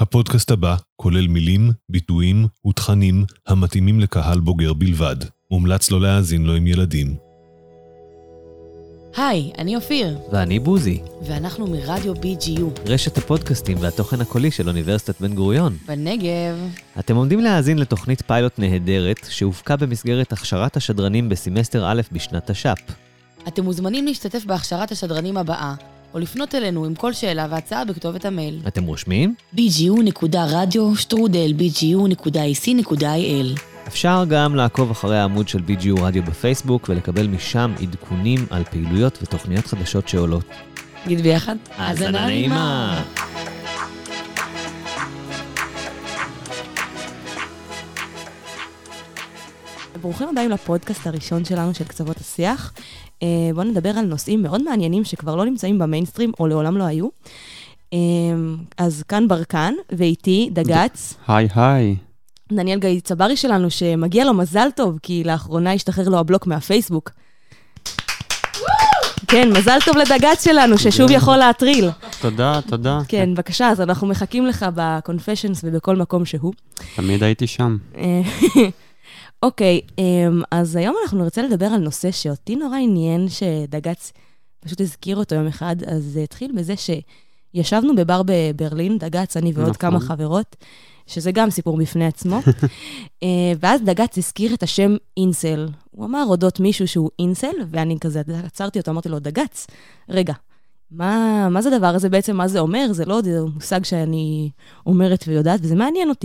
הפודקאסט הבא כולל מילים, ביטויים ותכנים המתאימים לקהל בוגר בלבד. מומלץ לא להאזין לו עם ילדים. היי, אני אופיר. ואני בוזי. ואנחנו מרדיו BGU. רשת הפודקאסטים והתוכן הקולי של אוניברסיטת בן גוריון. בנגב. אתם עומדים להאזין לתוכנית פיילוט נהדרת שהופקה במסגרת הכשרת השדרנים בסמסטר א' בשנת תש"פ. אתם מוזמנים להשתתף בהכשרת השדרנים הבאה, או לפנות אלינו עם כל שאלה והצעה בכתובת המייל. אתם רושמים? bgu.radio@bgu.ac.il. אפשר גם לעקוב אחרי העמוד של BGU רדיו בפייסבוק ולקבל משם עדכונים על פעילויות ותוכניות חדשות שעולות. נגיד ביחד? האזנה נעימה. ברוכים הבאים לפודקאסט הראשון שלנו של קצוות השיח. בואו נדבר על נושאים מאוד מעניינים שכבר לא נמצאים במיינסטרים או לעולם לא היו. אז כאן ברקן ואיתי דגץ. היי. דניאל גיא צברי שלנו שמגיע לו מזל טוב כי לאחרונה השתחרר לו הבלוק מהפייסבוק. כן, מזל טוב לדגץ שלנו ששוב יכול להטריל. תודה. כן, בבקשה, אז אנחנו מחכים לך בקונפשיונס ובכל מקום שהוא. תמיד הייתי שם. אוקיי, אז היום אנחנו נרצה לדבר על נושא שאותי נורא עניין שדגץ פשוט הזכיר אותו יום אחד, אז התחיל בזה שישבנו בבר בברלין, דגץ, אני ועוד כמה חברות, שזה גם סיפור בפני עצמו, ואז דגץ הזכיר את השם אינסל. הוא אמר אודות מישהו שהוא אינסל, ואני כזה עצרתי אותו, אמרתי לו, דגץ, רגע, מה זה הדבר הזה בעצם, מה זה אומר? זה לא מושג שאני אומרת ויודעת, וזה מעניין אותי.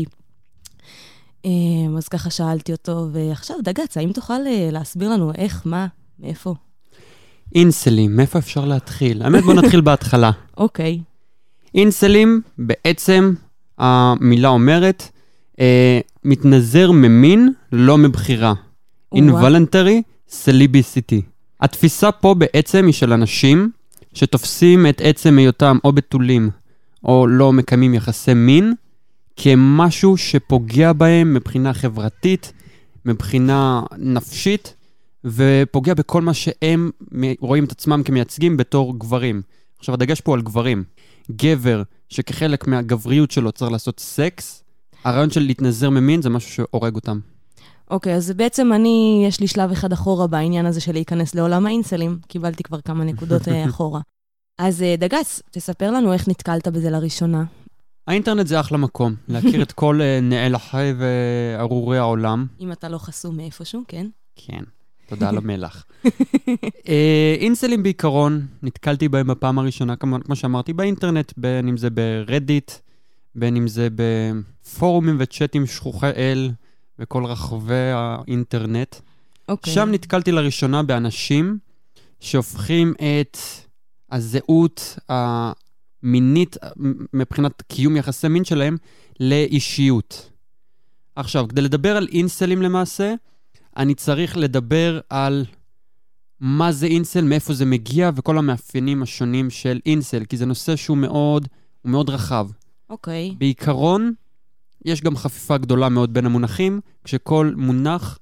אז ככה שאלתי אותו, ועכשיו דגץ, האם תוכל להסביר לנו איך, מה, מאיפה? אינסלים, מאיפה אפשר להתחיל? האמת, בוא נתחיל בהתחלה. אוקיי. אינסלים, בעצם המילה אומרת, מתנזר ממין, לא מבחירה. involuntary celibacy. התפיסה פה בעצם היא של אנשים שתופסים את עצם היותם או בתולים, או לא מקיימים יחסי מין, כמשהו שפוגע בהם מבחינה חברתית, מבחינה נפשית, ופוגע בכל מה שהם רואים את עצמם כמייצגים בתור גברים. עכשיו, הדגש פה על גברים. גבר שכחלק מהגבריות שלו צריך לעשות סקס, הרעיון של להתנזר ממין זה משהו שהורג אותם. אוקיי, אז בעצם יש לי שלב אחד אחורה בעניין הזה של להיכנס לעולם האינסלים. קיבלתי כבר כמה נקודות אחורה. אז דגץ, תספר לנו איך נתקלת בזה לראשונה. האינטרנט זה אחלה מקום, להכיר את כל נעלחי וארורי העולם. אם אתה לא חסום מאיפשהו, כן? כן, תודה על המלח. אינסלים בעיקרון, נתקלתי בהם בפעם הראשונה, כמו שאמרתי, באינטרנט, בין אם זה ברדיט, בין אם זה בפורומים וצ'אטים שכוחי אל, וכל רחבי האינטרנט. אוקיי. שם נתקלתי לראשונה באנשים שהופכים את הזהות מינית, מבחינת קיום יחסי מין שלהם, לאישיות. עכשיו, כדי לדבר על אינסלים למעשה, אני צריך לדבר על מה זה אינסל, מאיפה זה מגיע, וכל המאפיינים השונים של אינסל, כי זה נושא שהוא מאוד רחב. אוקיי. בעיקרון, יש גם חפיפה גדולה מאוד בין המונחים, כשכל מונח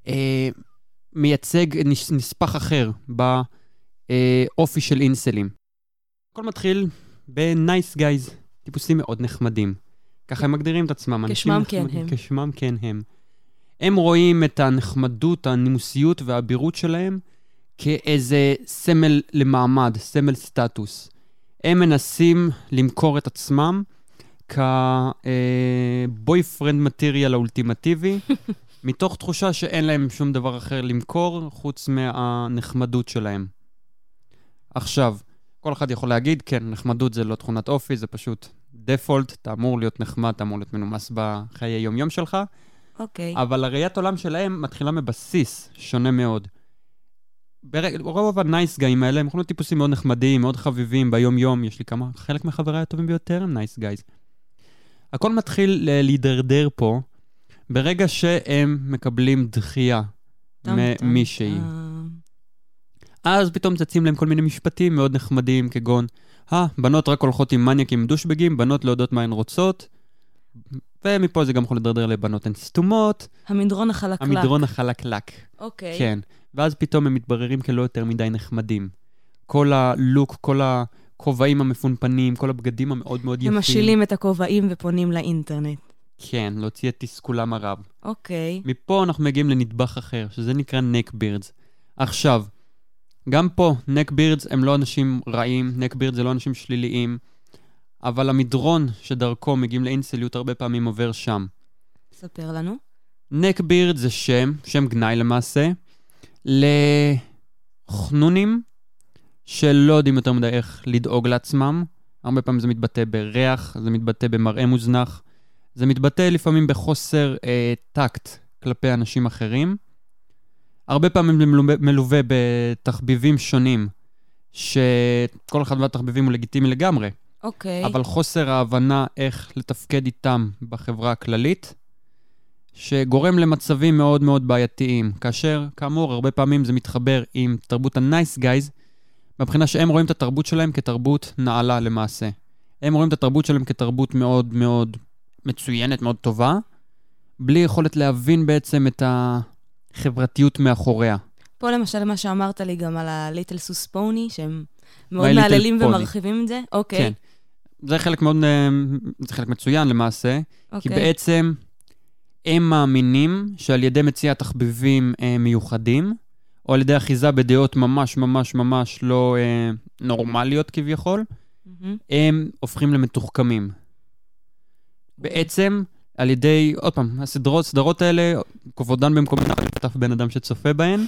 מייצג נספח אחר באופי של אינסלים. הכל מתחיל ב-nice guys, טיפוסים מאוד נחמדים. ככה הם מגדירים את עצמם. כשמם כן הם. כשמם כן הם. הם רואים את הנחמדות, הנימוסיות והאבירות שלהם כאיזה סמל למעמד, סמל סטטוס. הם מנסים למכור את עצמם כבויפרנד מטריאל האולטימטיבי, מתוך תחושה שאין להם שום דבר אחר למכור חוץ מהנחמדות שלהם. עכשיו, כל אחד יכול להגיד, כן, נחמדות זה לא תכונת אופי, זה פשוט דפולט, אתה אמור להיות נחמד, אתה אמור להיות מנומס בחיי יום-יום שלך. אוקיי. אבל הראיית עולם שלהם מתחילה מבסיס שונה מאוד. רוב הנייס גאים האלה, הם יכולים להיות טיפוסים מאוד נחמדים, מאוד חביבים ביום-יום, יש לי חלק מהחבריי הטובים ביותר הם נייס גייז. הכל מתחיל להידרדר פה, ברגע שהם מקבלים דחייה ממישהי. אז פתאום צצים להם כל מיני משפטים מאוד נחמדים, כגון, בנות רק הולכות עם מניאקים דושבגים, בנות לא יודעות מה הן רוצות, ומפה זה גם יכול לדרדר לבנות הן סתומות. המדרון החלקלק. המדרון החלקלק. אוקיי. כן. ואז פתאום הם מתבררים כלא יותר מדי נחמדים. כל הלוק, כל הכובעים המפונפנים, כל הבגדים המאוד מאוד יפים. הם משילים את הכובעים ופונים לאינטרנט. כן, להוציא את תסכולם הרב. אוקיי. מפה אנחנו מגיעים לנדבך אחר, שזה נקרא neckbeards. עכשיו, גם פה, neckbeards הם לא אנשים רעים, neckbeards זה לא אנשים שליליים, אבל המדרון שדרכו מגיעים לאינסליות הרבה פעמים עובר שם. ספר לנו. neckbeard זה שם גנאי למעשה, לחנונים שלא יודעים יותר מדי איך לדאוג לעצמם. הרבה פעמים זה מתבטא בריח, זה מתבטא במראה מוזנח, זה מתבטא לפעמים בחוסר טקט כלפי אנשים אחרים. הרבה פעמים זה מלווה בתחביבים שונים, שכל אחד מהתחביבים הוא לגיטימי לגמרי. אוקיי. אבל חוסר ההבנה איך לתפקד איתם בחברה הכללית, שגורם למצבים מאוד מאוד בעייתיים. כאשר, כאמור, הרבה פעמים זה מתחבר עם תרבות ה-nice guys, מבחינה שהם רואים את התרבות שלהם כתרבות נעלה למעשה. הם רואים את התרבות שלהם כתרבות מאוד מאוד מצוינת, מאוד טובה, בלי יכולת להבין בעצם את החברתיות מאחוריה. פה למשל מה שאמרת לי גם על ה-Little Susponi, שהם מאוד מעללים ומרחיבים את זה. אוקיי. כן. זה חלק מאוד, זה חלק מצוין למעשה, כי בעצם הם מאמינים שעל ידי מציאת תחביבים מיוחדים, או על ידי אחיזה בדעות ממש ממש ממש לא נורמליות כביכול, הם הופכים למתוחכמים. בעצם, על ידי, עוד פעם, הסדרות האלה, כבודן במקום לפתח בן אדם שצופה בהן,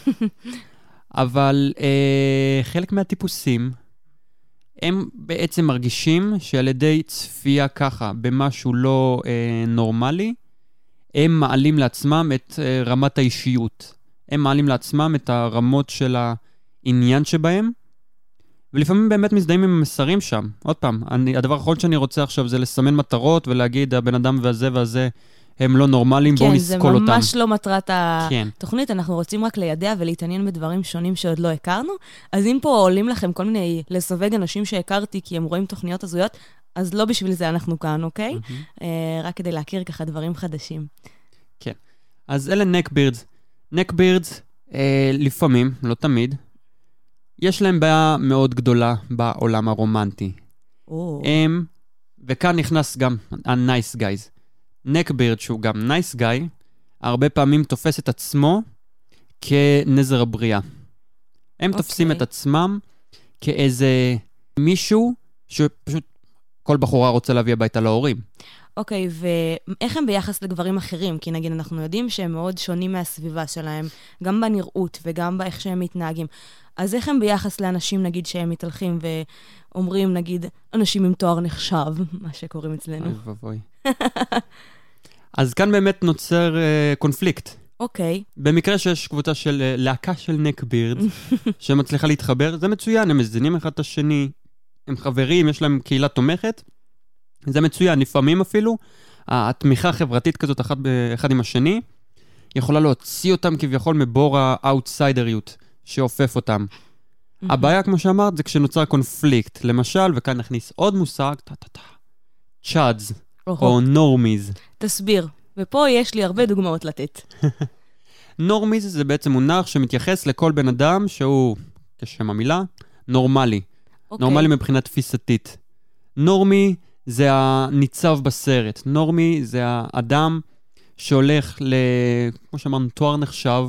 אבל חלק מהטיפוסים, הם בעצם מרגישים שעל ידי צפייה ככה, במשהו לא נורמלי, הם מעלים לעצמם את רמת האישיות. הם מעלים לעצמם את הרמות של העניין שבהם, ולפעמים באמת מזדהים עם המסרים שם. עוד פעם, הדבר האחרון שאני רוצה עכשיו זה לסמן מטרות ולהגיד, הבן אדם והזה והזה הם לא נורמליים, בואו נסקול אותם. כן, זה ממש לא מטרת התוכנית, אנחנו רוצים רק לידע ולהתעניין בדברים שונים שעוד לא הכרנו, אז אם פה עולים לכם כל מיני לסווג אנשים שהכרתי כי הם רואים תוכניות הזויות, אז לא בשביל זה אנחנו כאן, אוקיי? רק כדי להכיר ככה דברים חדשים. כן, אז אלה neckbeards. neckbeards, לפעמים, לא תמיד, יש להם בעיה מאוד גדולה בעולם הרומנטי. הם, וכאן נכנס גם ה-nice guys. neckbeard, שהוא גם nice guy, הרבה פעמים תופס את עצמו כנזר הבריאה. הם תופסים את עצמם כאיזה מישהו שפשוט כל בחורה רוצה להביא הביתה להורים. אוקיי, ואיך הם ביחס לגברים אחרים? כי נגיד אנחנו יודעים שהם מאוד שונים מהסביבה שלהם, גם בנראות וגם באיך שהם מתנהגים. אז איך הם ביחס לאנשים, נגיד, שהם מתהלכים ואומרים, נגיד, אנשים עם תואר נחשב, מה שקוראים אצלנו. אוי ובוי. אז כאן באמת נוצר קונפליקט. אוקיי. במקרה שיש קבוצה של להקה של נקבירד, שמצליחה להתחבר, זה מצוין, הם מזינים אחד את השני, הם חברים, יש להם קהילה תומכת, זה מצוין, לפעמים אפילו, התמיכה החברתית כזאת אחד עם השני, יכולה להוציא אותם כביכול מבור האוטסיידריות שהופף אותם. הבעיה, כמו שאמרת, זה כשנוצר קונפליקט. למשל, וכאן נכניס עוד מושג, צ'אדס, או נורמיז. תסביר, ופה יש לי הרבה דוגמאות לתת. נורמיז זה בעצם מונח שמתייחס לכל בן אדם שהוא, כשם המילה, נורמלי. נורמלי מבחינה תפיסתית. נורמי זה הניצב בסרט. נורמי זה האדם שהולך כמו שאמרנו, תואר נחשב,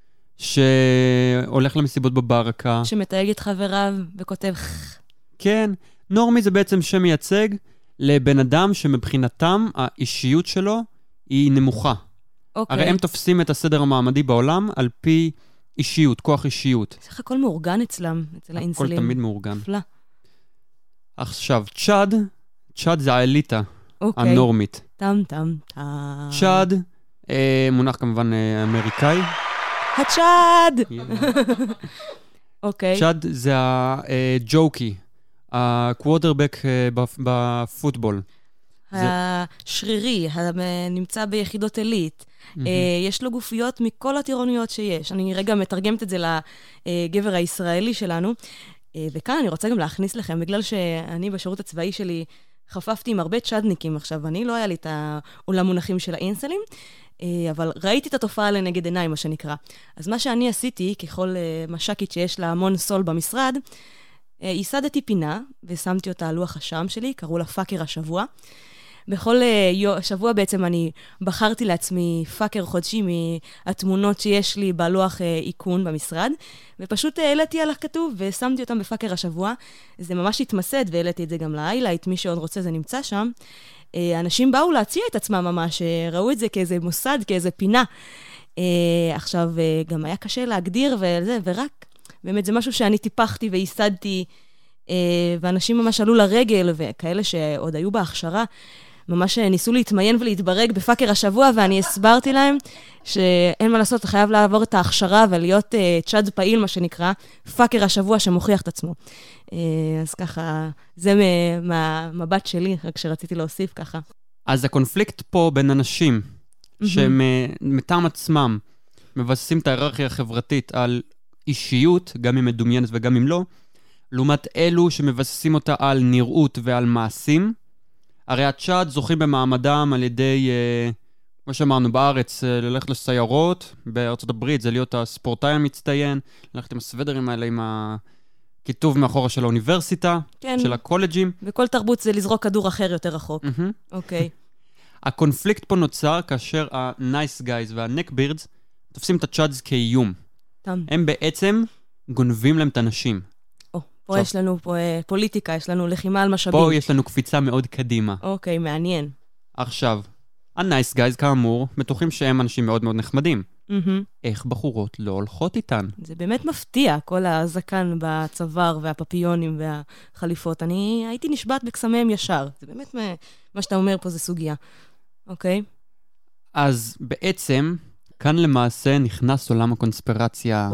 שהולך למסיבות בברקה. שמתייג את חבריו וכותב כן, נורמי זה בעצם שמייצג לבן אדם שמבחינתם האישיות שלו היא נמוכה. אוקיי. הרי הם תופסים את הסדר המעמדי בעולם על פי אישיות, כוח אישיות. צריך הכל מאורגן אצלם, אצל האינסלים. הכל תמיד מאורגן. נפלא. עכשיו, צ'אד זה האליטה הנורמית. טם. צ'אד, מונח כמובן אמריקאי. הצ'אד! אוקיי. צ'אד זה הג'וקי, הקוואטרבק בפוטבול. השרירי, הנמצא ביחידות עילית. יש לו גופיות מכל הטירוניות שיש. אני רגע מתרגמת את זה לגבר הישראלי שלנו. וכאן אני רוצה גם להכניס לכם, בגלל שאני בשירות הצבאי שלי חפפתי עם הרבה צ'אדניקים עכשיו, אני לא היה לי את העולם מונחים של האינסלים, אבל ראיתי את התופעה לנגד עיניי, מה שנקרא. אז מה שאני עשיתי, ככל משקית שיש לה המון סול במשרד, ייסדתי פינה, ושמתי אותה על לוח השם שלי, קראו לה פאקר השבוע. בכל שבוע בעצם אני בחרתי לעצמי פאקר חודשי מהתמונות שיש לי בלוח עיקון במשרד, ופשוט העליתי על הכתוב ושמתי אותם בפאקר השבוע. זה ממש התמסד, והעליתי את זה גם להיילייט, מי שעוד רוצה זה נמצא שם. אנשים באו להציע את עצמם ממש, ראו את זה כאיזה מוסד, כאיזה פינה. עכשיו, גם היה קשה להגדיר וזה, ורק באמת זה משהו שאני טיפחתי וייסדתי, ואנשים ממש עלו לרגל, וכאלה שעוד היו בהכשרה, ממש ניסו להתמיין ולהתברג בפאקר השבוע, ואני הסברתי להם שאין מה לעשות, אתה חייב לעבור את ההכשרה ולהיות צ'אד פעיל, מה שנקרא, פאקר השבוע שמוכיח את עצמו. אז ככה, זה מהמבט שלי, רק שרציתי להוסיף ככה. אז הקונפליקט פה בין אנשים, שהם מטעם עצמם, מבססים את ההיררכיה החברתית על אישיות, גם אם מדומיינת וגם אם לא, לעומת אלו שמבססים אותה על נראות ועל מעשים. הרי הצ'אד זוכים במעמדם על ידי, כמו שאמרנו, בארץ, ללכת לסיירות, בארצות הברית זה להיות הספורטאי המצטיין, ללכת עם הסוודרים האלה, עם הכיתוב מאחורה של האוניברסיטה, כן. של הקולג'ים. וכל תרבות זה לזרוק כדור אחר יותר רחוק. אוקיי. הקונפליקט פה נוצר כאשר ה-nice guys וה-neckbeards תופסים את הצ'אדס כאיום. הם בעצם גונבים להם את הנשים. פה יש לנו פוליטיקה, יש לנו לחימה על משאבים. פה יש לנו קפיצה מאוד קדימה. אוקיי, מעניין. עכשיו, ה-nice guys כאמור, בטוחים שהם אנשים מאוד מאוד נחמדים. איך בחורות לא הולכות איתן? זה באמת מפתיע, כל הזקן בצוואר והפפיונים והחליפות. אני הייתי נשבעת בקסמיהם ישר. זה באמת מה שאתה אומר פה זה סוגיה. אוקיי? אז בעצם, כאן למעשה נכנס עולם הקונספירציה.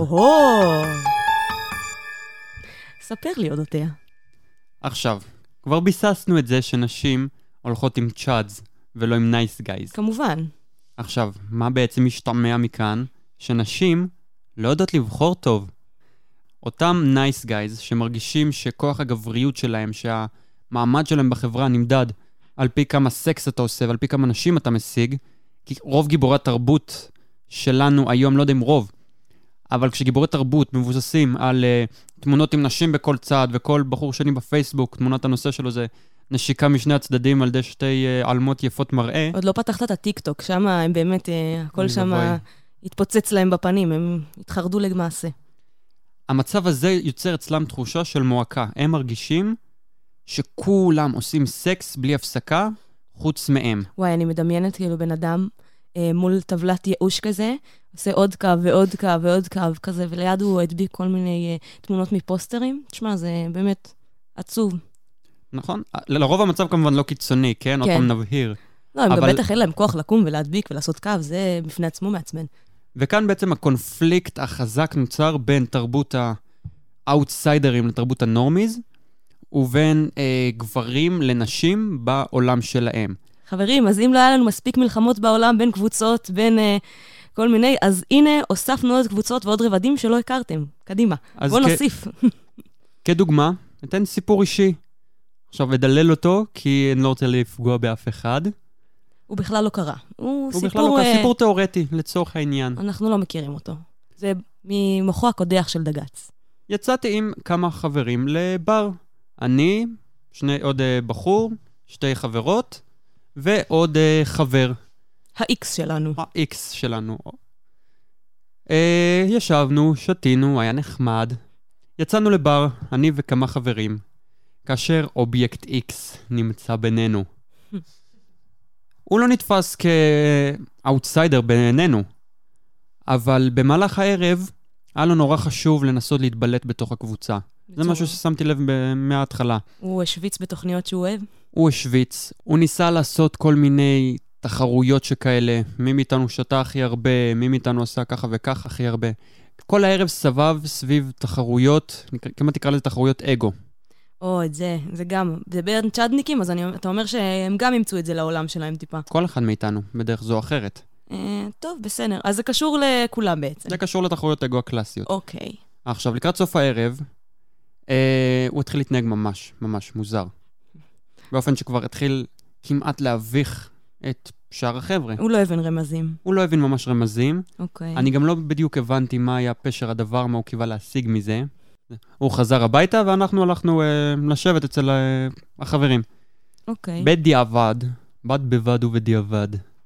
ספר לי אודותיה. עכשיו, כבר ביססנו את זה שנשים הולכות עם צ'אדס ולא עם נייס גייז. כמובן. עכשיו, מה בעצם משתמע מכאן? שנשים לא יודעות לבחור טוב. אותם נייס גייז שמרגישים שכוח הגבריות שלהם, שהמעמד שלהם בחברה נמדד על פי כמה סקס אתה עושה ועל פי כמה נשים אתה משיג, כי רוב גיבורי התרבות שלנו היום, לא יודע אם רוב, אבל כשגיבורי תרבות מבוססים על תמונות עם נשים בכל צד, וכל בחור שני בפייסבוק, תמונת הנושא שלו זה נשיקה משני הצדדים על ידי שתי אלמות יפות מראה. עוד לא פתחת את הטיק-טוק, שם הם באמת, הכל שם התפוצץ להם בפנים, הם התחרדו למעשה. המצב הזה יוצר אצלם תחושה של מועקה. הם מרגישים שכולם עושים סקס בלי הפסקה, חוץ מהם. וואי, אני מדמיינת כאילו בן אדם מול טבלת ייאוש כזה, עושה עוד קו ועוד קו ועוד קו כזה, וליד הוא הדביק כל מיני תמונות מפוסטרים. תשמע, זה באמת עצוב. נכון. לרוב המצב כמובן לא קיצוני, כן? עוד פעם נבהיר. לא, הם גם בטח אין להם כוח לקום ולהדביק ולעשות קו, זה בפני עצמו מעצבן. וכאן בעצם הקונפליקט החזק נוצר בין תרבות האוטסיידרים לתרבות הנורמיז, ובין גברים לנשים בעולם שלהם. חברים, אז אם לא היה לנו מספיק מלחמות בעולם בין קבוצות, בין כל מיני, אז הנה הוספנו עוד קבוצות ועוד רבדים שלא הכרתם. קדימה, בוא נוסיף. כדוגמה, ניתן סיפור אישי. עכשיו, לדלל אותו, כי אני לא רוצה לפגוע באף אחד. הוא בכלל לא קרה. הוא בכלל לא קרה, סיפור תיאורטי, לצורך העניין. אנחנו לא מכירים אותו. זה ממוחו הקודח של דגץ. יצאתי עם כמה חברים לבר. אני, עוד בחור, שתי חברות, ועוד חבר. ה-X שלנו. ה-X שלנו. ישבנו, שתינו, היה נחמד. יצאנו לבר, אני וכמה חברים. כאשר אובייקט X נמצא בינינו. הוא לא נתפס כאוטסיידר בינינו, אבל במהלך הערב היה לו נורא חשוב לנסות להתבלט בתוך הקבוצה. זה משהו ששמתי לב מההתחלה. הוא השוויץ בתוכניות שהוא אוהב? הוא השוויץ. הוא ניסה לעשות כל מיני תחרויות שכאלה. מי מאיתנו שתה הכי הרבה, מי מאיתנו עשה ככה וככה הכי הרבה. כל הערב סבב סביב תחרויות, כמעט תקרא לזה תחרויות אגו. את זה גם. זה בין צ'אדניקים, אז אתה אומר שהם גם ימצאו את זה לעולם שלהם טיפה. כל אחד מאיתנו, בדרך זו או אחרת. טוב, בסדר. אז זה קשור לכולם בעצם. זה קשור לתחרויות אגו הקלאסיות. אוקיי. עכשיו, לקראת סוף הערב, הוא התחיל להתנהג ממש, ממש מוזר. באופן שכבר התחיל כמעט להביך את שאר החבר'ה. הוא לא הבין רמזים. הוא לא הבין ממש רמזים. אוקיי. אני גם לא בדיוק הבנתי מה היה פשר הדבר, מה הוא קיווה להשיג מזה. הוא חזר הביתה, ואנחנו הלכנו לשבת אצל החברים. אוקיי. בדיעבד, בד בבד ובדיעבד.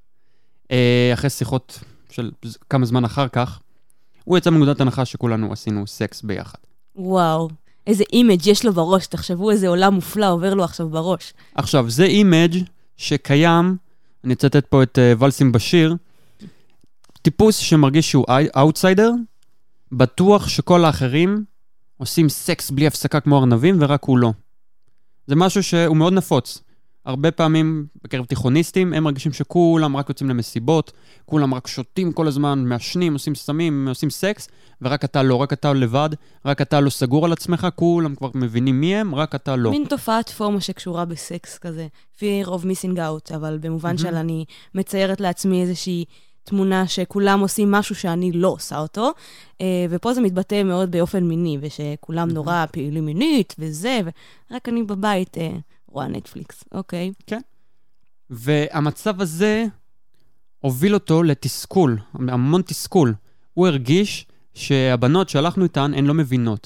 אחרי שיחות של כמה זמן אחר כך, הוא יצא מנקודת הנחה שכולנו עשינו סקס ביחד. וואו, איזה אימג' יש לו בראש, תחשבו איזה עולם מופלא עובר לו עכשיו בראש. עכשיו, זה אימג' שקיים, אני אצטט פה את ולסים בשיר, טיפוס שמרגיש שהוא אאוטסיידר, בטוח שכל האחרים עושים סקס בלי הפסקה כמו ארנבים, ורק הוא לא. זה משהו שהוא מאוד נפוץ. הרבה פעמים בקרב תיכוניסטים, הם מרגישים שכולם רק יוצאים למסיבות, כולם רק שותים כל הזמן, מעשנים, עושים סמים, עושים סקס, ורק אתה לא, רק אתה לבד, רק אתה לא סגור על עצמך, כולם כבר מבינים מי הם, רק אתה לא. מין תופעת פומו שקשורה בסקס כזה, fear of missing out, אבל במובן של אני מציירת לעצמי איזושהי תמונה שכולם עושים משהו שאני לא עושה אותו, ופה זה מתבטא מאוד באופן מיני, ושכולם נורא פעילים מינית וזה, ורק אני בבית רואה נטפליקס, אוקיי? כן. והמצב הזה הוביל אותו לתסכול, המון תסכול. הוא הרגיש שהבנות שהלכנו איתן הן לא מבינות.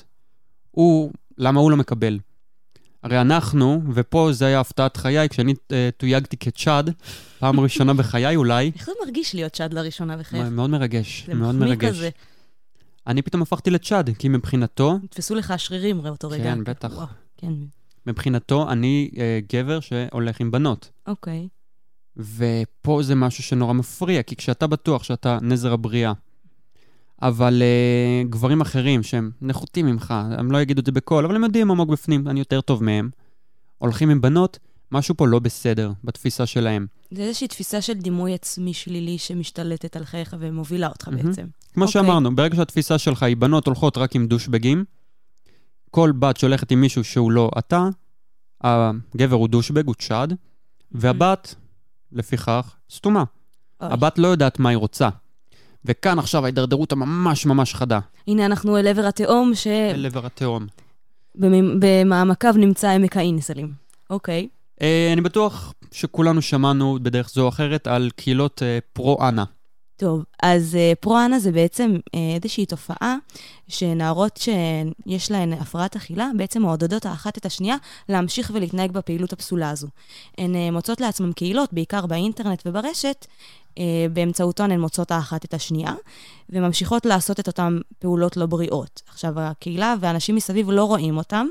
למה הוא לא מקבל? הרי אנחנו, ופה זה היה הפתעת חיי, כשאני תויגתי כצ'אד, פעם ראשונה בחיי אולי. איך זה מרגיש להיות צ'אד לראשונה בחייך? מאוד מרגש, זה מאוד מחמיא מרגש. כזה. אני פתאום הפכתי לצ'אד, כי מבחינתו... תפסו לך השרירים באותו רגע. כן, בטח. וואו, כן. מבחינתו אני גבר שהולך עם בנות. אוקיי. ופה זה משהו שנורא מפריע, כי כשאתה בטוח שאתה נזר הבריאה, אבל גברים אחרים שהם נחותים ממך, הם לא יגידו את זה בקול, אבל הם יודעים עמוק בפנים, אני יותר טוב מהם, הולכים עם בנות, משהו פה לא בסדר בתפיסה שלהם. זה איזושהי תפיסה של דימוי עצמי שלילי שמשתלטת על חייך ומובילה אותך בעצם. כמו שאמרנו, ברגע שהתפיסה שלך היא בנות הולכות רק עם דושבגים, כל בת שהולכת עם מישהו שהוא לא אתה, הגבר הוא דושבג, הוא צ'אד, והבת, לפיכך, סתומה. הבת לא יודעת מה היא רוצה. וכאן עכשיו ההידרדרות הממש ממש חדה. הנה אנחנו אל עבר התאום אל עבר התאום. במעמקיו נמצא עמק האינסלים. אוקיי. אני בטוח שכולנו שמענו בדרך זו או אחרת על קהילות פרו-אנה. טוב, אז פרו-אנה זה בעצם איזושהי תופעה שנערות שיש להן הפרעת אכילה, בעצם מעודדות האחת את השנייה להמשיך ולהתנהג בפעילות הפסולה הזו. הן מוצאות לעצמם קהילות, בעיקר באינטרנט וברשת, באמצעותון הן מוצאות האחת את השנייה, וממשיכות לעשות את אותן פעולות לא בריאות. עכשיו, הקהילה ואנשים מסביב לא רואים אותם,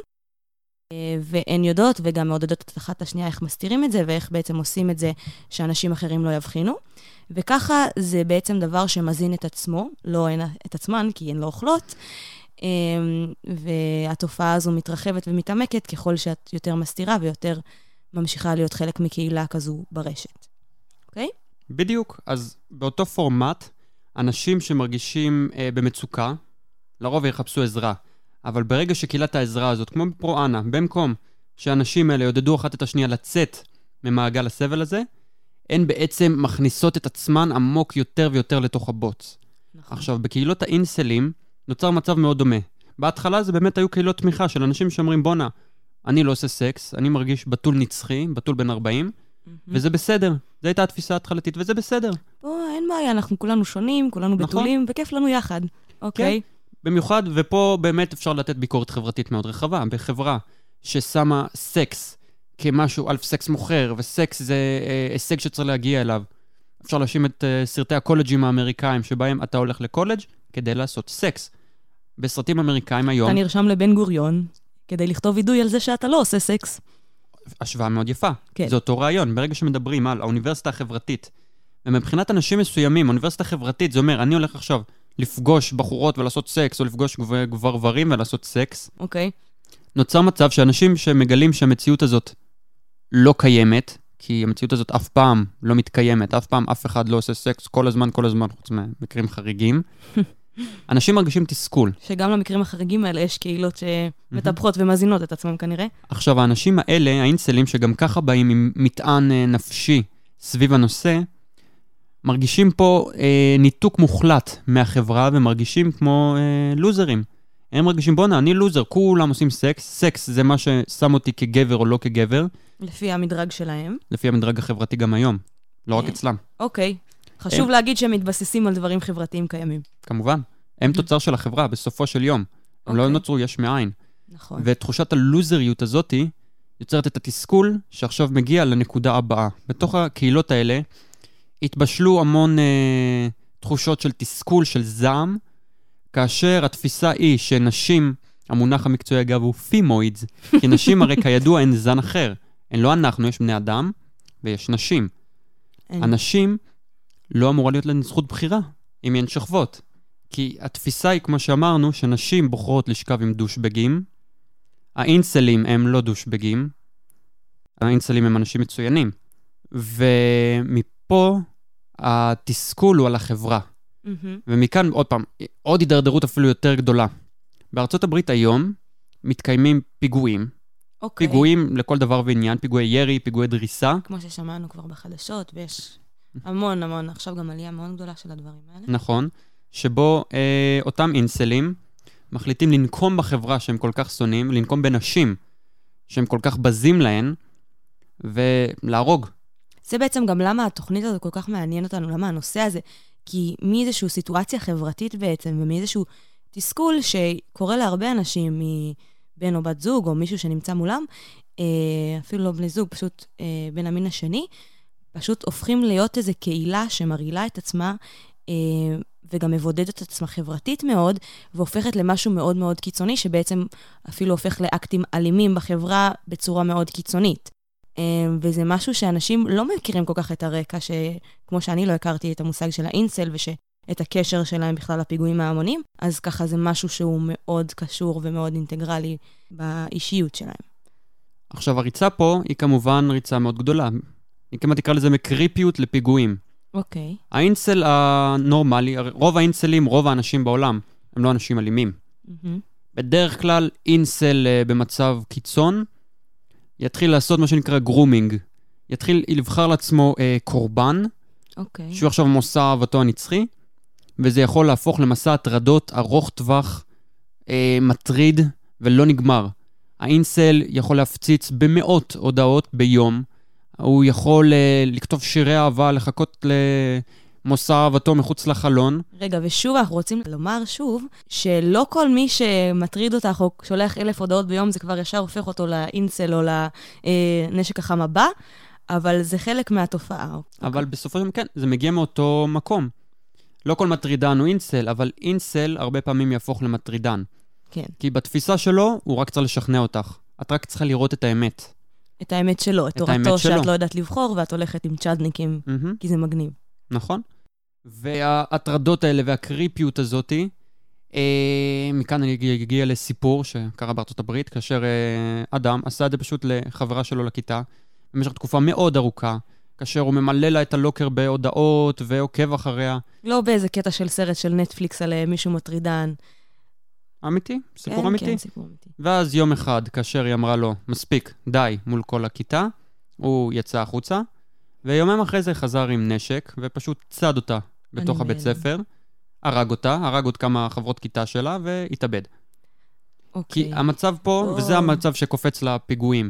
והן יודעות וגם מעודדות את אחת השנייה איך מסתירים את זה, ואיך בעצם עושים את זה שאנשים אחרים לא יבחינו. וככה זה בעצם דבר שמזין את עצמו, לא את עצמן, כי הן לא אוכלות, והתופעה הזו מתרחבת ומתעמקת ככל שאת יותר מסתירה ויותר ממשיכה להיות חלק מקהילה כזו ברשת. אוקיי? בדיוק. אז באותו פורמט, אנשים שמרגישים במצוקה, לרוב יחפשו עזרה. אבל ברגע שקהילת העזרה הזאת, כמו בפרו-אנה, במקום שאנשים האלה יודדו אחת את השנייה לצאת ממעגל הסבל הזה, הן בעצם מכניסות את עצמן עמוק יותר ויותר לתוך הבוץ. נכון. עכשיו, בקהילות האינסלים נוצר מצב מאוד דומה. בהתחלה זה באמת היו קהילות תמיכה של אנשים שאומרים, בונה, אני לא עושה סקס, אני מרגיש בתול נצחי, בתול בן 40, וזה בסדר. זו הייתה התפיסה ההתחלתית, וזה בסדר. אין בעיה, אנחנו כולנו שונים, כולנו בתולים, נכון. וכיף לנו יחד. אוקיי. כן. במיוחד, ופה באמת אפשר לתת ביקורת חברתית מאוד רחבה, בחברה ששמה סקס כמשהו, אלף סקס מוכר, וסקס זה הישג שצריך להגיע אליו. אפשר להאשים את סרטי הקולג'ים האמריקאים, שבהם אתה הולך לקולג' כדי לעשות סקס. בסרטים אמריקאים היום... אתה נרשם לבן גוריון, כדי לכתוב וידוי על זה שאתה לא עושה סקס. השוואה מאוד יפה. כן. זה אותו רעיון. ברגע שמדברים על האוניברסיטה החברתית, ומבחינת אנשים מסוימים, האוניברסיטה החברתית, זה אומר, אני הולך עכשיו לפגוש בחורות ולעשות סקס, או לפגוש גברים ולעשות סקס. אוקיי. נוצר מצב שאנשים שמגלים שהמציאות הזאת לא קיימת, כי המציאות הזאת אף פעם לא מתקיימת, אף פעם אף אחד לא עושה סקס, כל הזמן, חוץ ממקרים חריגים. אנשים מרגישים תסכול. שגם למקרים החריגים האלה יש קהילות שמטפחות ומזינות את עצמם כנראה. עכשיו, האנשים האלה, האינסלים, שגם ככה באים עם מטען נפשי סביב הנושא, מרגישים פה ניתוק מוחלט מהחברה, ומרגישים כמו לוזרים. הם מרגישים, בונה, אני לוזר, כולם עושים סקס. סקס זה מה ששם אותי כגבר או לא כגבר. לפי המדרג שלהם. לפי המדרג החברתי גם היום. לא רק אצלם. אוקיי. חשוב להגיד שהם מתבססים על דברים חברתיים קיימים. כמובן. הם תוצר של החברה, בסופו של יום. הם לא נוצרו יש מאין. נכון. ותחושת הלוזריות הזאת יוצרת את התסכול שעכשיו מגיע לנקודה הבאה. בתוך הקהילות האלה התבשלו המון תחושות של תסכול, של זעם, כאשר התפיסה היא שנשים, המונח המקצועי אגב הוא פימוידס, כי נשים הרי כידוע הן זן אחר. הן לא אנחנו, יש בני אדם ויש נשים. הנשים לא אמורה להיות להן זכות בחירה, אם הן שכבות. כי התפיסה היא, כמו שאמרנו, שנשים בוחרות לשכב עם דושבגים, האינסלים הם לא דושבגים, האינסלים הם אנשים מצוינים, ומפה התסכול הוא על החברה. ומכאן, עוד פעם, עוד הידרדרות אפילו יותר גדולה. בארצות הברית היום מתקיימים פיגועים, פיגועים לכל דבר ועניין, פיגועי ירי, פיגועי דריסה. כמו ששמענו כבר בחדשות, ויש המון, עכשיו גם עלייה מאוד גדולה של הדברים האלה. נכון, שבו אותם אינסלים מחליטים לנקום בחברה שהם כל כך שונאים, לנקום בנשים שהם כל כך בזים להן, ולהרוג. זה בעצם גם למה התוכנית הזאת כל כך מעניין אותנו, למה הנושא הזה, כי מאיזושהי סיטואציה חברתית בעצם, ומאיזשהו תסכול שקורה להרבה אנשים מבן או בת זוג, או מישהו שנמצא מולם, אפילו לא בני זוג, פשוט בין המין השני, פשוט הופכים להיות איזו קהילה שמרעילה את עצמה, וגם מבודדת את עצמה חברתית מאוד, והופכת למשהו מאוד מאוד קיצוני, שבעצם אפילו הופך לאקטים אלימים בחברה בצורה מאוד קיצונית. וזה משהו שאנשים לא מכירים כל כך את הרקע, כמו שאני לא הכרתי את המושג של האינסל, ושאת הקשר שלהם בכלל לפיגועים ההמונים, אז ככה זה משהו שהוא מאוד קשור ומאוד אינטגרלי באישיות שלהם. עכשיו, הריצה פה היא כמובן ריצה מאוד גדולה. אני כמעט אקרא לזה מקריפיות לפיגועים. אוקיי. האינסל הנורמלי, רוב האינסלים, רוב האנשים בעולם, הם לא אנשים אלימים. בדרך כלל, אינסל במצב קיצון, יתחיל לעשות מה שנקרא גרומינג. יתחיל לבחר לעצמו קורבן, שהוא עכשיו מושא אהבתו הנצחי, וזה יכול להפוך למסע הטרדות ארוך טווח, מטריד ולא נגמר. האינסל יכול להפציץ במאות הודעות ביום, הוא יכול לכתוב שירי אהבה, לחכות למושא אהבתו מחוץ לחלון. רגע, ושוב אנחנו רוצים לומר שוב, שלא כל מי שמטריד אותך או שולח 1,000 הודעות ביום, זה כבר ישר הופך אותו לאינסל או לנשק החם הבא, אבל זה חלק מהתופעה. אבל בסופו של דבר, כן, זה מגיע מאותו מקום. לא כל מטרידן הוא אינסל, אבל אינסל הרבה פעמים יהפוך למטרידן. כן. כי בתפיסה שלו, הוא רק צריך לשכנע אותך. את רק צריכה לראות את האמת. את האמת שלו, את תורתו שאת לא יודעת לבחור, ואת הולכת עם צ'אדניקים, כי זה מגניב. נכון. וההטרדות האלה והקריפיות הזאת, מכאן אני אגיע לסיפור שקרה בארצות הברית, כאשר אדם עשה את זה פשוט לחברה שלו לכיתה, במשך תקופה מאוד ארוכה, כאשר הוא ממלא לה את הלוקר בהודעות ועוקב אחריה. לא באיזה קטע של סרט של נטפליקס על מישהו מטרידן. אמיתי? סיפור אמיתי? כן, סיפור אמיתי. ואז יום אחד, כאשר היא אמרה לו, מספיק, די, מול כל הכיתה, הוא יצא החוצה, ויומם אחרי זה חזר עם נשק, ופשוט צד אותה בתוך הבית ספר, הרג אותה, הרג עוד כמה חברות כיתה שלה, והתאבד. כי המצב פה, וזה המצב שקופץ לפיגועים.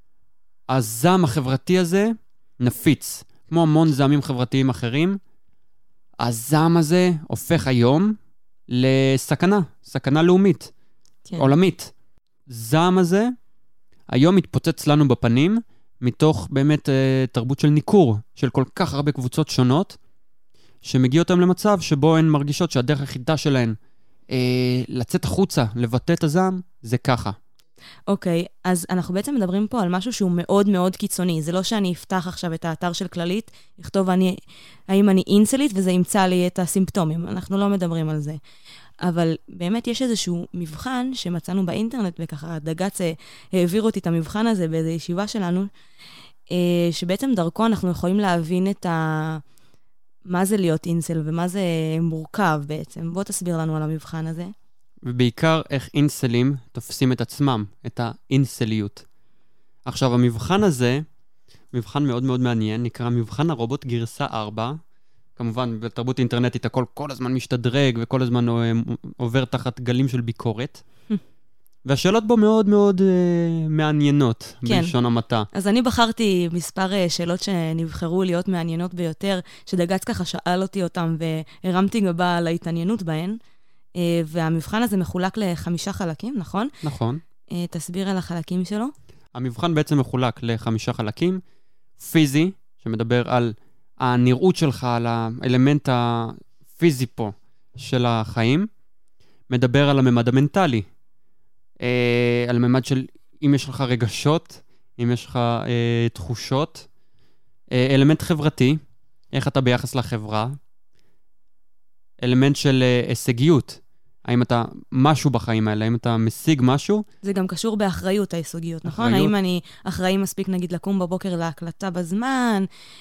הזעם החברתי הזה נפיץ, כמו המון זעמים חברתיים אחרים, הזעם הזה הופך היום לסכנה, סכנה לאומית, עולמית. זעם הזה היום מתפוצץ לנו בפנים, מתוך באמת תרבות של ניכור, של כל כך הרבה קבוצות שונות, שמגיע אותם למצב שבו הן מרגישות שהדרך היחידה שלהן לצאת החוצה, לבטא את הזעם, זה ככה. אוקיי, אז אנחנו בעצם מדברים פה על משהו שהוא מאוד מאוד קיצוני. זה לא שאני אפתח עכשיו את האתר של כללית, לכתוב האם אני אינסלית, וזה ימצא לי את הסימפטומים. אנחנו לא מדברים על זה. אבל באמת יש איזשהו מבחן שמצאנו באינטרנט, וככה דגץ העביר אותי את המבחן הזה באיזו ישיבה שלנו, שבעצם דרכו אנחנו יכולים להבין מה זה להיות אינסל, ומה זה מורכב בעצם. בוא תסביר לנו על המבחן הזה. ובעיקר איך אינסלים תופסים את עצמם, את האינסליות. עכשיו, המבחן הזה, מבחן מאוד מאוד מעניין, נקרא מבחן הרובוט גרסה 4. כמובן, בתרבות אינטרנטית הכל כל הזמן משתדרג, וכל הזמן עובר תחת גלים של ביקורת. והשאלות בו מאוד מאוד מעניינות, כן. בלשון המעטה. אז אני בחרתי מספר שאלות שנבחרו להיות מעניינות ביותר, שדגץ ככה שאל אותי אותם, והרמתי גבה להתעניינות בהן. והמבחן הזה מחולק ל5 חלקים, נכון? נכון. תסביר על החלקים שלו. המבחן בעצם מחולק ל5 חלקים. פיזי, שמדבר על הנראות שלך, על האלמנט הפיזי פה של החיים. מדבר על הממד המנטלי. על הממד של אם יש לך רגשות, אם יש לך תחושות. אלמנט חברתי, איך אתה ביחס לחברה. אלמנט של הישגיות. האם אתה משהו בחיים האלה, האם אתה משיג משהו? זה גם קשור באחריות היסוגיות, נכון? האם אני אחראי מספיק, נגיד, לקום בבוקר להקלטה בזמן?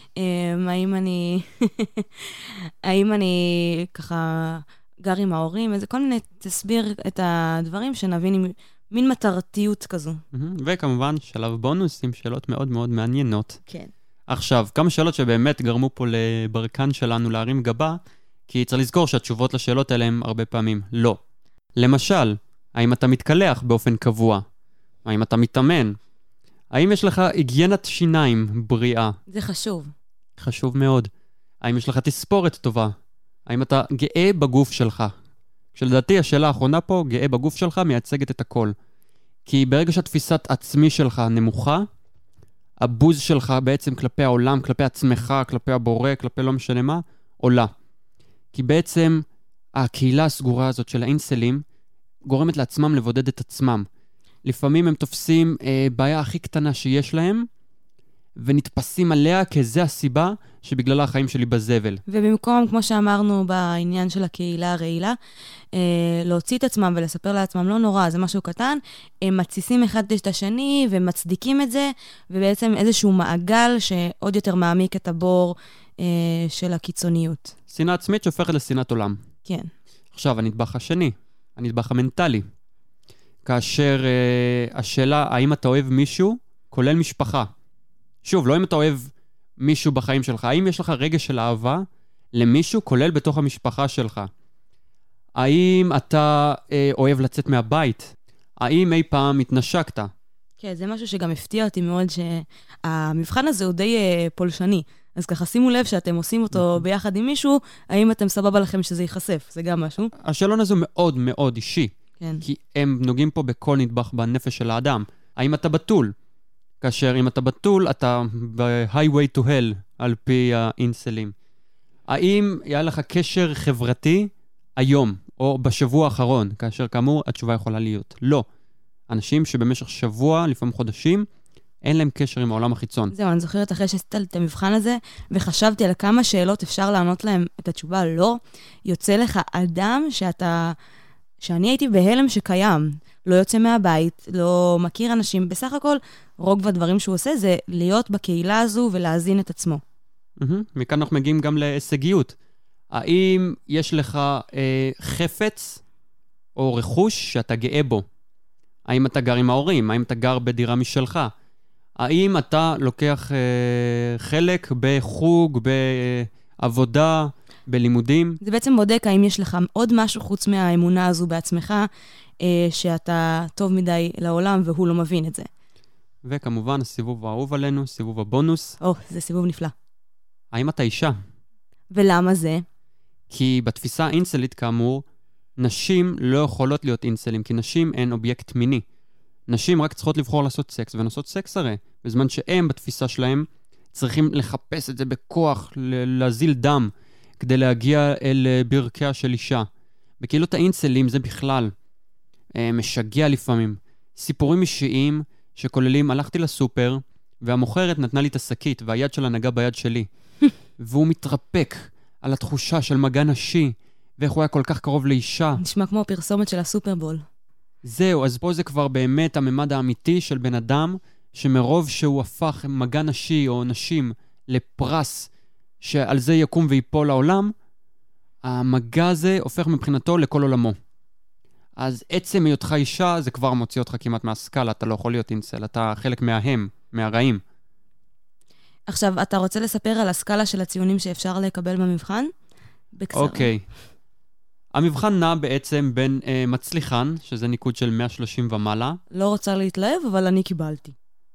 האם אני ככה גר עם ההורים? איזה כל מיני, תסביר את הדברים שנבין עם מין מטרתיות כזו. וכמובן, שלב בונוס עם שאלות מאוד מאוד מעניינות. כן. עכשיו, כמה שאלות שבאמת גרמו פה לברקן שלנו להרים גבה, כי צריך לזכור שהתשובות לשאלות האלה הן הרבה פעמים לא. למשל, האם אתה מתקלח באופן קבוע? האם אתה מתאמן? האם יש לך היגיינת שיניים בריאה? זה חשוב. חשוב מאוד. האם יש לך תספורת טובה? האם אתה גאה בגוף שלך? כשלדעתי השאלה האחרונה פה, גאה בגוף שלך, מייצגת את הכל. כי ברגע שהתפיסת עצמי שלך נמוכה, הבוז שלך בעצם כלפי העולם, כלפי עצמך, כלפי הבורא, כלפי לא משנה מה, עולה. כי בעצם הקהילה הסגורה הזאת של האינסלים גורמת לעצמם לבודד את עצמם. לפעמים הם תופסים בעיה הכי קטנה שיש להם, ונתפסים עליה כזה הסיבה שבגללה החיים שלי בזבל. ובמקום, כמו שאמרנו בעניין של הקהילה הרעילה, להוציא את עצמם ולספר לעצמם לא נורא, זה משהו קטן, הם מתסיסים אחד את השני ומצדיקים את זה, ובעצם איזשהו מעגל שעוד יותר מעמיק את הבור של הקיצוניות. שנאה עצמית שהופכת לשנאת עולם. כן. עכשיו, הנדבך השני, הנדבך המנטלי. כאשר השאלה, האם אתה אוהב מישהו, כולל משפחה. שוב, לא אם אתה אוהב מישהו בחיים שלך, האם יש לך רגש של אהבה למישהו, כולל בתוך המשפחה שלך? האם אתה אוהב לצאת מהבית? האם אי פעם התנשקת? כן, זה משהו שגם הפתיע אותי מאוד, שהמבחן הזה הוא די פולשני. אז ככה, שימו לב שאתם עושים אותו ביחד עם מישהו, האם אתם סבבה לכם שזה ייחשף? זה גם משהו. השאלון הזה הוא מאוד מאוד אישי. כן. כי הם נוגעים פה בכל נדבך בנפש של האדם. האם אתה בתול? כאשר אם אתה בתול, אתה ב-highway to hell, על פי האינסלים. האם היה לך קשר חברתי היום, או בשבוע האחרון? כאשר כאמור, התשובה יכולה להיות לא. אנשים שבמשך שבוע, לפעמים חודשים, אין להם קשר עם העולם החיצון. זהו, אני זוכרת אחרי שעשיתי את המבחן הזה, וחשבתי על כמה שאלות אפשר לענות להם את התשובה לא, יוצא לך אדם שאני הייתי בהלם שקיים, לא יוצא מהבית, לא מכיר אנשים, בסך הכל, רוב הדברים שהוא עושה זה להיות בקהילה הזו ולהזין את עצמו. מכאן אנחנו מגיעים גם להישגיות. האם יש לך חפץ או רכוש שאתה גאה בו? האם אתה גר עם ההורים? האם אתה גר בדירה משלך? האם אתה לוקח חלק בחוג, בעבודה, בלימודים? זה בעצם בודק האם יש לך עוד משהו חוץ מהאמונה הזו בעצמך, שאתה טוב מדי לעולם והוא לא מבין את זה. וכמובן, הסיבוב האהוב עלינו, סיבוב הבונוס. זה סיבוב נפלא. האם אתה אישה? ולמה זה? כי בתפיסה האינסלית, כאמור, נשים לא יכולות להיות אינסלים, כי נשים הן אובייקט מיני. נשים רק צריכות לבחור לעשות סקס, ונעשות סקס הרי, בזמן שהם בתפיסה שלהם צריכים לחפש את זה בכוח, להזיל דם, כדי להגיע אל ברכיה של אישה. בקהילות האינסלים זה בכלל משגע לפעמים. סיפורים אישיים שכוללים, הלכתי לסופר, והמוכרת נתנה לי את השקית, והיד שלה נגע ביד שלי. והוא מתרפק על התחושה של מגע נשי, ואיך הוא היה כל כך קרוב לאישה. נשמע כמו הפרסומת של הסופרבול. זהו, אז פה זה כבר באמת הממד האמיתי של בן אדם, שמרוב שהוא הפך מגע נשי או נשים לפרס, שעל זה יקום ויפול לעולם, המגע הזה הופך מבחינתו לכל עולמו. אז עצם היותך אישה, זה כבר מוציא אותך כמעט מהסקאלה, אתה לא יכול להיות אינסל, אתה חלק מההם, מהרעים. עכשיו, אתה רוצה לספר על הסקאלה של הציונים שאפשר לקבל במבחן? בקצרה. אוקיי. המבחן נע בעצם בין מצליחן, שזה ניקוד של 130 ומעלה. לא רוצה להתלהב, אבל אני קיבלתי.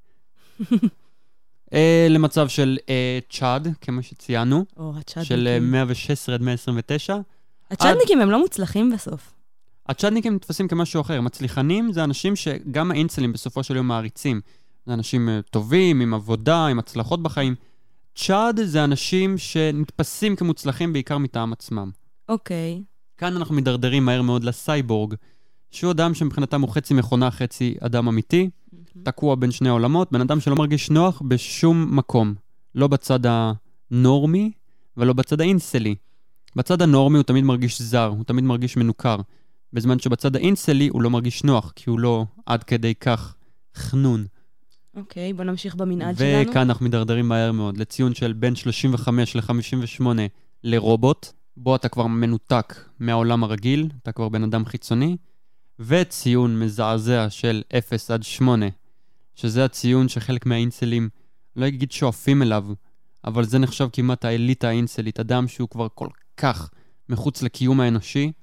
למצב של צ'אד, כמו שציינו. הצ'אדניקים. של 116 עד 129. הצ'אדניקים הם לא מוצלחים בסוף. הצ'אדניקים נתפסים כמשהו אחר. מצליחנים זה אנשים שגם האינסלים בסופו של יום מעריצים. זה אנשים טובים, עם עבודה, עם הצלחות בחיים. צ'אד זה אנשים שנתפסים כמוצלחים בעיקר מטעם עצמם. אוקיי. כאן אנחנו מדרדרים מהר מאוד לסייבורג, שהוא אדם שמבחינתם הוא חצי מכונה, חצי אדם אמיתי, תקוע בין שני העולמות, בן אדם שלא מרגיש נוח בשום מקום. לא בצד הנורמי ולא בצד האינסלי. בצד הנורמי הוא תמיד מרגיש זר, הוא תמיד מרגיש מנוכר. בזמן שבצד האינסלי הוא לא מרגיש נוח, כי הוא לא עד כדי כך חנון. אוקיי, בוא נמשיך במנעד שלנו. וכאן אנחנו מדרדרים מהר מאוד לציון של בין 35 ל-58 לרובוט, בו אתה כבר מנותק מהעולם הרגיל, אתה כבר בן אדם חיצוני, וציון מזעזע של 0 עד 8, שזה הציון שחלק מהאינסלים לא יגיד שואפים אליו, אבל זה נחשב כמעט האליטה האינסלית, אדם שהוא כבר כל כך מחוץ לקיום האנושי,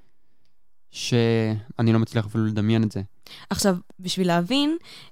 שאני לא מצליח אפילו לדמיין את זה. עכשיו, בשביל להבין,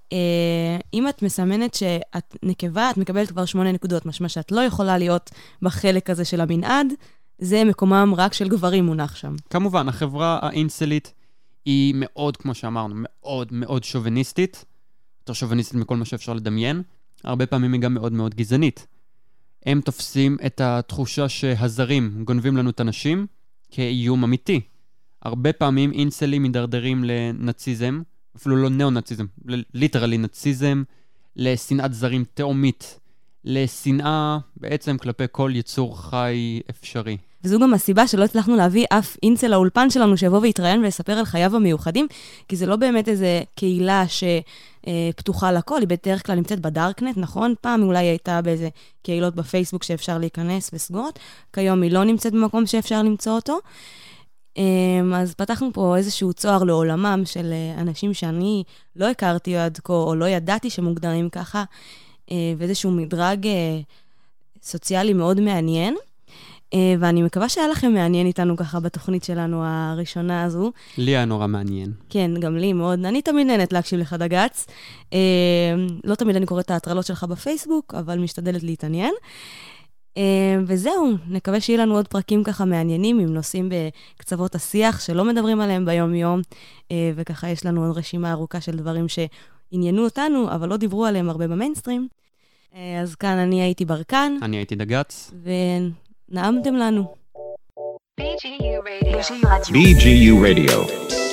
אם את מסמנת שאת נקבה, את מקבלת כבר 8 נקודות, משמע שאת לא יכולה להיות בחלק הזה של המנעד, זה מקומם רק של גברים מונח שם. כמובן, החברה האינסלית היא מאוד, כמו שאמרנו, מאוד מאוד שוביניסטית, יותר שוביניסטית מכל מה שאפשר לדמיין, הרבה פעמים היא גם מאוד מאוד גזענית. הם תופסים את התחושה שהזרים גונבים לנו את הנשים כאיום אמיתי. הרבה פעמים אינסלים מדרדרים לנאציזם, אפילו לא נאו-נאציזם, ליטרלי נאציזם, לשנאת זרים תאומית, לשנאה בעצם כלפי כל יצור חי אפשרי. וזו גם הסיבה שלא הצלחנו להביא אף אינסל לאולפן שלנו שיבוא ויתראיין ויספר על חייו המיוחדים, כי זה לא באמת איזה קהילה שפתוחה לכל, היא בדרך כלל נמצאת בדארקנט, נכון? פעם אולי היא הייתה באיזה קהילות בפייסבוק שאפשר להיכנס וסגורות, כיום היא לא נמצאת במקום שאפשר למצוא אותו. אז פתחנו פה איזשהו צוהר לעולמם של אנשים שאני לא הכרתי עד כה, או לא ידעתי שמוגדרים ככה, ואיזשהו מדרג סוציאלי מאוד מעניין. ואני מקווה שהיה לכם מעניין איתנו ככה בתוכנית שלנו הראשונה הזו. לי היה נורא מעניין. כן, גם לי מאוד. אני תמיד נהנית להקשיב לך דגץ. לא תמיד אני קוראת את ההטרלות שלך בפייסבוק, אבל משתדלת להתעניין. וזהו, נקווה שיהיה לנו עוד פרקים ככה מעניינים, עם נושאים בקצוות השיח שלא מדברים עליהם ביום-יום, וככה יש לנו עוד רשימה ארוכה של דברים שעניינו אותנו, אבל לא דיברו עליהם הרבה במיינסטרים. אז כאן אני הייתי ברקן. אני הייתי דגץ. ונעמתם לנו. BGU Radio.